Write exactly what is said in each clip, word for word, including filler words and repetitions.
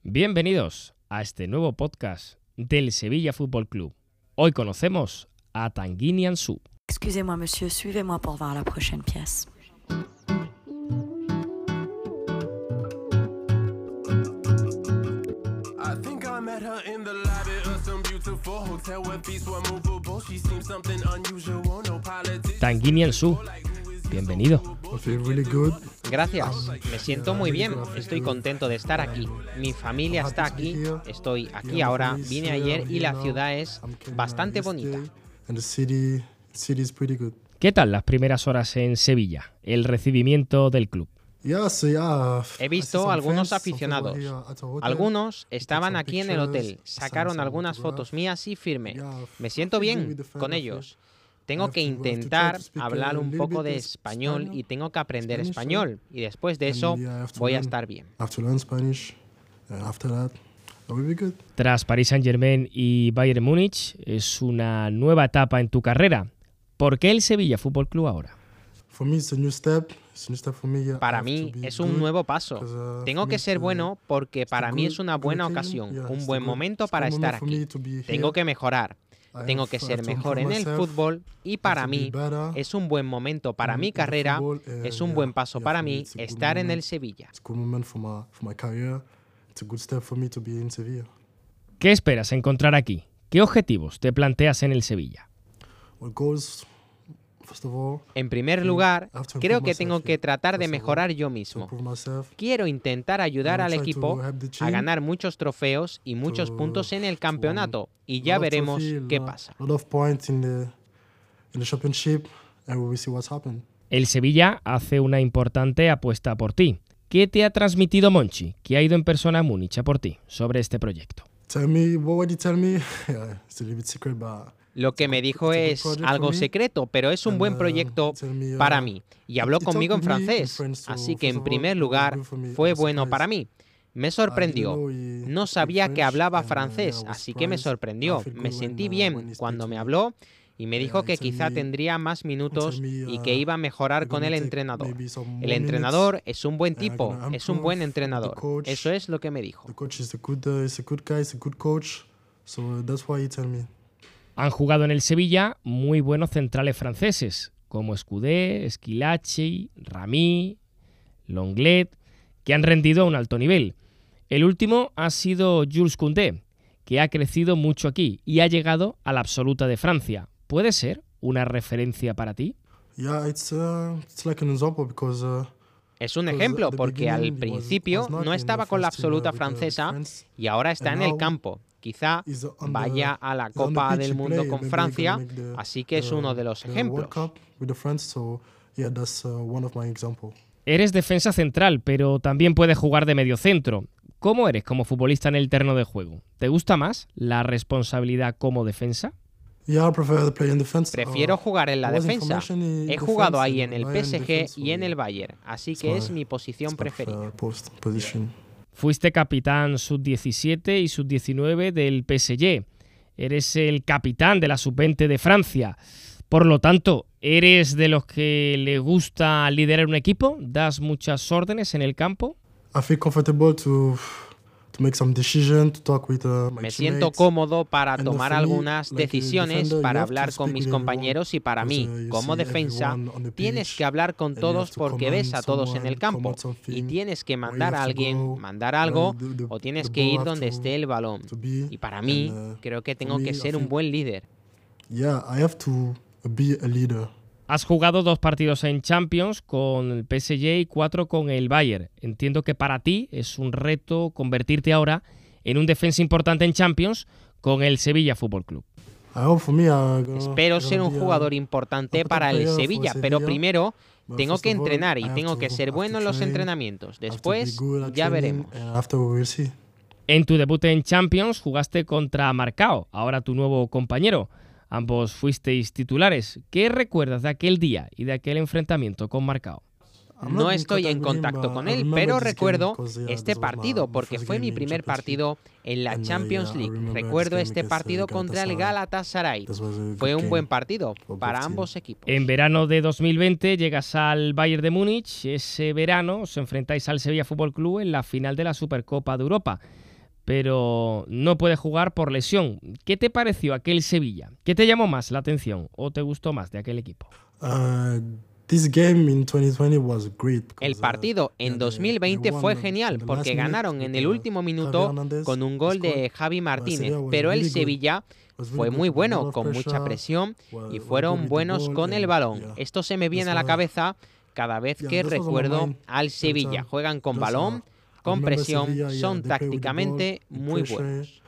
Bienvenidos a este nuevo podcast del Sevilla Fútbol Club. Hoy conocemos a Tanguy Nianzou. Excusez-moi, monsieur, suivez-moi pour voir la prochaine pièce. Tanguy Nianzou, bienvenido. Gracias, me siento muy bien, estoy contento de estar aquí. Mi familia está aquí, estoy aquí ahora, vine ayer y la ciudad es bastante bonita. ¿Qué tal las primeras horas en Sevilla, el recibimiento del club? He visto algunos aficionados. Algunos estaban aquí en el hotel, sacaron algunas fotos mías y firmé. Me siento bien con ellos. Tengo que intentar hablar un poco de español y tengo que aprender español. Y después de eso voy a estar bien. Tras Paris Saint-Germain y Bayern Múnich, es una nueva etapa en tu carrera. ¿Por qué el Sevilla Fútbol Club ahora? Para mí es un nuevo paso. Tengo que ser bueno porque para mí es una buena ocasión, un buen momento para estar aquí. Tengo que mejorar. Tengo que ser mejor en el fútbol y para mí es un buen momento para mi carrera, es un buen paso para mí estar en el Sevilla. ¿Qué esperas encontrar aquí? ¿Qué objetivos te planteas en el Sevilla? En primer lugar, creo que tengo que tratar de mejorar yo mismo. Quiero intentar ayudar al equipo a ganar muchos trofeos y muchos puntos en el campeonato y ya veremos qué pasa. El Sevilla hace una importante apuesta por ti. ¿Qué te ha transmitido Monchi, que ha ido en persona a Múnich a por ti, sobre este proyecto? Lo que me dijo es algo secreto, pero es un buen proyecto para mí. Y habló conmigo en francés, así que en primer lugar fue bueno para mí. Me sorprendió. No sabía que hablaba francés, así que me sorprendió. Me sentí bien cuando me habló y me dijo que quizá tendría más minutos y que iba a mejorar con el entrenador. El entrenador es un buen tipo, es un buen entrenador. Eso es lo que me dijo. Han jugado en el Sevilla muy buenos centrales franceses, como Escudé, Squillaci, Rami, Lenglet, que han rendido a un alto nivel. El último ha sido Jules Koundé, que ha crecido mucho aquí y ha llegado a la absoluta de Francia. ¿Puede ser una referencia para ti? Es un ejemplo porque al principio no estaba con la absoluta francesa y ahora está en el campo. Quizá vaya a la Copa del Mundo con Francia, así que es uno de los ejemplos. Eres defensa central, pero también puedes jugar de mediocentro. ¿Cómo eres como futbolista en el terreno de juego? ¿Te gusta más la responsabilidad como defensa? Prefiero jugar en la defensa. He jugado ahí en el P S G y en el Bayern, así que es mi posición preferida. Fuiste capitán sub diecisiete y sub diecinueve del P S G. Eres el capitán de la sub veinte de Francia. Por lo tanto, ¿eres de los que le gusta liderar un equipo? ¿Das muchas órdenes en el campo? Me siento cómodo para tomar algunas decisiones, para hablar con mis compañeros y para mí, como defensa, tienes que hablar con todos porque ves a todos en el campo y tienes que mandar a alguien, mandar algo o tienes que ir donde esté el balón. Y para mí, creo que tengo que ser un buen líder. Has jugado dos partidos en Champions con el P S G y cuatro con el Bayern. Entiendo que para ti es un reto convertirte ahora en un defensa importante en Champions con el Sevilla Fútbol Club. Espero ser un jugador importante para el Sevilla, pero primero tengo que entrenar y tengo que ser bueno en los entrenamientos. Después ya veremos. En tu debut en Champions jugaste contra Marcao, ahora tu nuevo compañero. Ambos fuisteis titulares. ¿Qué recuerdas de aquel día y de aquel enfrentamiento con Marcao? No estoy en contacto con él, pero recuerdo este partido porque fue mi primer partido en la Champions League. Recuerdo este partido contra el Galatasaray. Fue un buen partido para ambos equipos. En verano de dos mil veinte llegas al Bayern de Múnich. Ese verano os enfrentáis al Sevilla Fútbol Club en la final de la Supercopa de Europa. pero no puede jugar por lesión. ¿Qué te pareció aquel Sevilla? ¿Qué te llamó más la atención o te gustó más de aquel equipo? Uh, this game in twenty twenty was great because, El partido en dos mil veinte fue genial porque ganaron en el último minuto con un gol de Javi Martínez, pero el Sevilla fue muy bueno, con mucha presión y fueron buenos con el balón. Esto se me viene a la cabeza cada vez que recuerdo al Sevilla. Juegan con balón, con presión, son tácticamente muy buenos.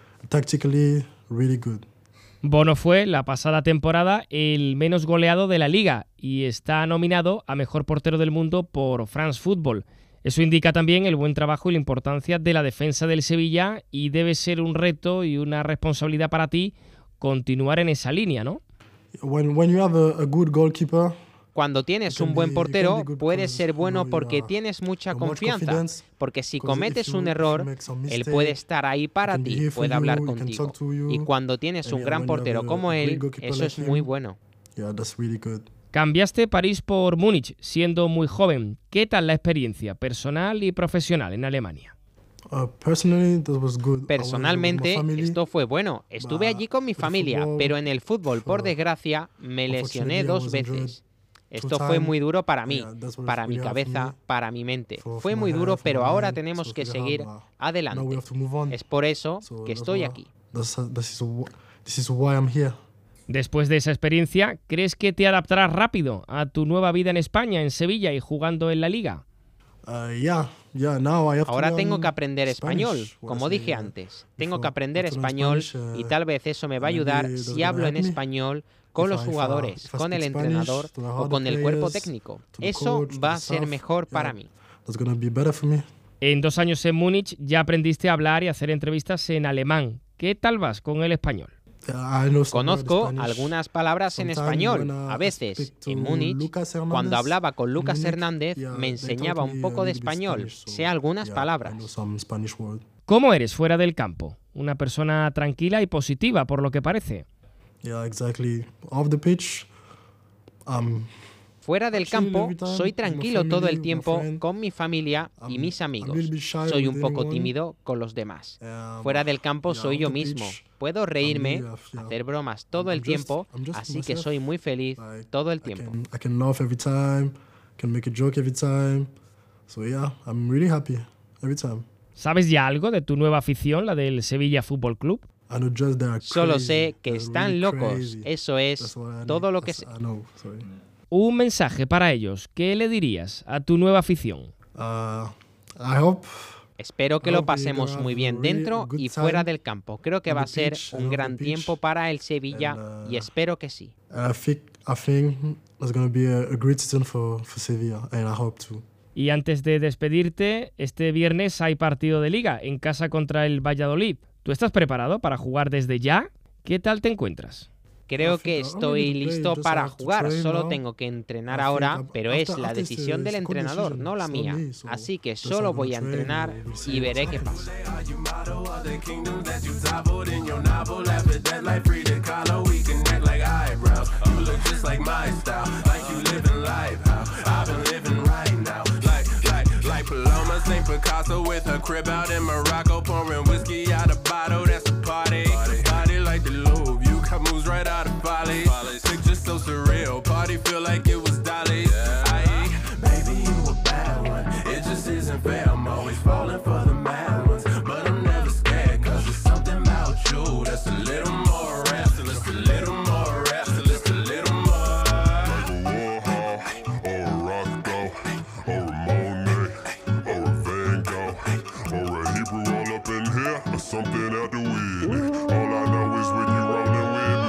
Bono fue la pasada temporada el menos goleado de la liga y está nominado a mejor portero del mundo por France Football. Eso indica también el buen trabajo y la importancia de la defensa del Sevilla y debe ser un reto y una responsabilidad para ti continuar en esa línea, ¿no? When, when you have a, a good goalkeeper, Cuando tienes un buen portero, puedes ser bueno porque tienes mucha confianza, porque si cometes un error, él puede estar ahí para ti, puede hablar contigo. Y cuando tienes un gran portero como él, eso es muy bueno. Cambiaste París por Múnich, siendo muy joven. ¿Qué tal la experiencia personal y profesional en Alemania? Personalmente, esto fue bueno. Estuve allí con mi familia, pero en el fútbol, por desgracia, me lesioné dos veces. Esto fue muy duro para mí, para mi cabeza, para mi mente. Fue muy duro, pero ahora tenemos que seguir adelante. Es por eso que estoy aquí. Después de esa experiencia, ¿crees que te adaptarás rápido a tu nueva vida en España, en Sevilla y jugando en la Liga? Ahora tengo que aprender español, como dije antes. Tengo que aprender español y tal vez eso me va a ayudar si hablo en español con los jugadores, con el entrenador o con el cuerpo técnico. Eso va a ser mejor para mí. En dos años en Múnich ya aprendiste a hablar y hacer entrevistas en alemán. ¿Qué tal vas con el español? Conozco algunas palabras en español. A veces, en Múnich, cuando hablaba con Lucas Hernández, me enseñaba un poco de español. Sé algunas palabras. ¿Cómo eres fuera del campo? Una persona tranquila y positiva, por lo que parece. Fuera del campo, soy tranquilo todo el tiempo con mi familia y mis amigos. Soy un poco tímido con los demás. Fuera del campo soy yo mismo. Puedo reírme, hacer bromas todo el tiempo, así que soy muy feliz todo el tiempo. ¿Sabes ya algo de tu nueva afición, la del Sevilla Fútbol Club? Solo sé que están locos. Eso es todo lo que sé. Un mensaje para ellos. ¿Qué le dirías a tu nueva afición? Espero que lo pasemos muy bien dentro y fuera del campo. Creo que va a ser un gran tiempo para el Sevilla y espero que sí. Y antes de despedirte, este viernes hay partido de Liga en casa contra el Valladolid. ¿Tú estás preparado para jugar desde ya? ¿Qué tal te encuentras? Creo que estoy listo para jugar, solo tengo que entrenar ahora, pero es la decisión del entrenador, no la mía. Así que solo voy a entrenar y veré qué pasa. Moves right out of Bali. Picture so surreal. Party feel like it was Dali. Aye. Baby, you a bad one. It just isn't fair. I'm always falling for the mad ones. But I'm never scared. Cause there's something about you that's a little more rap. Till it's a little more rap. Till it's a little more. Like a Warhol, or a Rothko, or a Monet, or a Van Gogh, or a Hebrew all up in here, or something out the weed. All I know is when you rolling.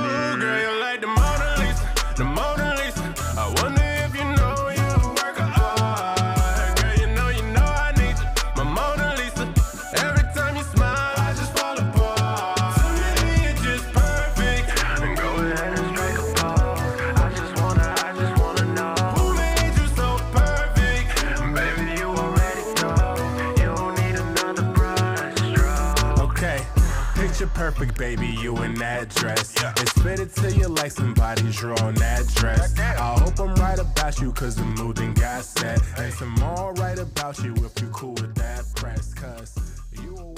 The Mona Lisa, I wonder if you know you work hard. Girl, you know, you know I need you. My Mona Lisa, every time you smile, I just fall apart. To me, you're just perfect. Go ahead and strike a pose. I just wanna, I just wanna know who made you so perfect. Baby, you already know. You don't need another brush stroke. Okay, picture perfect, baby, you in that dress. It's fitted to you like somebody drew on that dress. I hope I'm right about you, cause the mood done got set. And some more right about you if you cool with that press, cause you